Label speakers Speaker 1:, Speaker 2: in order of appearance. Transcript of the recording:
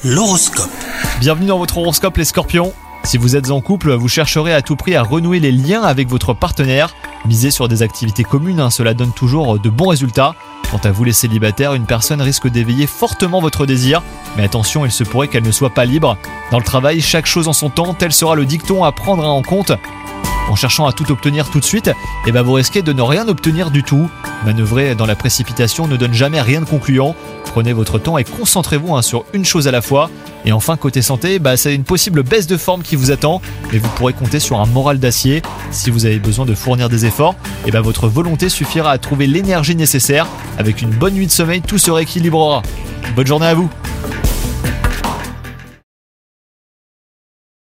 Speaker 1: L'horoscope.
Speaker 2: Bienvenue dans votre horoscope les scorpions. Si vous êtes en couple, vous chercherez à tout prix à renouer les liens avec votre partenaire. Misez sur des activités communes, cela donne toujours de bons résultats. Quant à vous les célibataires, une personne risque d'éveiller fortement votre désir. Mais attention, il se pourrait qu'elle ne soit pas libre. Dans le travail, chaque chose en son temps, tel sera le dicton à prendre en compte. En cherchant à tout obtenir tout de suite, vous risquez de ne rien obtenir du tout. Manœuvrer dans la précipitation ne donne jamais rien de concluant. Prenez votre temps et concentrez-vous sur une chose à la fois. Et enfin, côté santé, c'est une possible baisse de forme qui vous attend, mais vous pourrez compter sur un moral d'acier. Si vous avez besoin de fournir des efforts, votre volonté suffira à trouver l'énergie nécessaire. Avec une bonne nuit de sommeil, tout se rééquilibrera. Bonne journée à vous!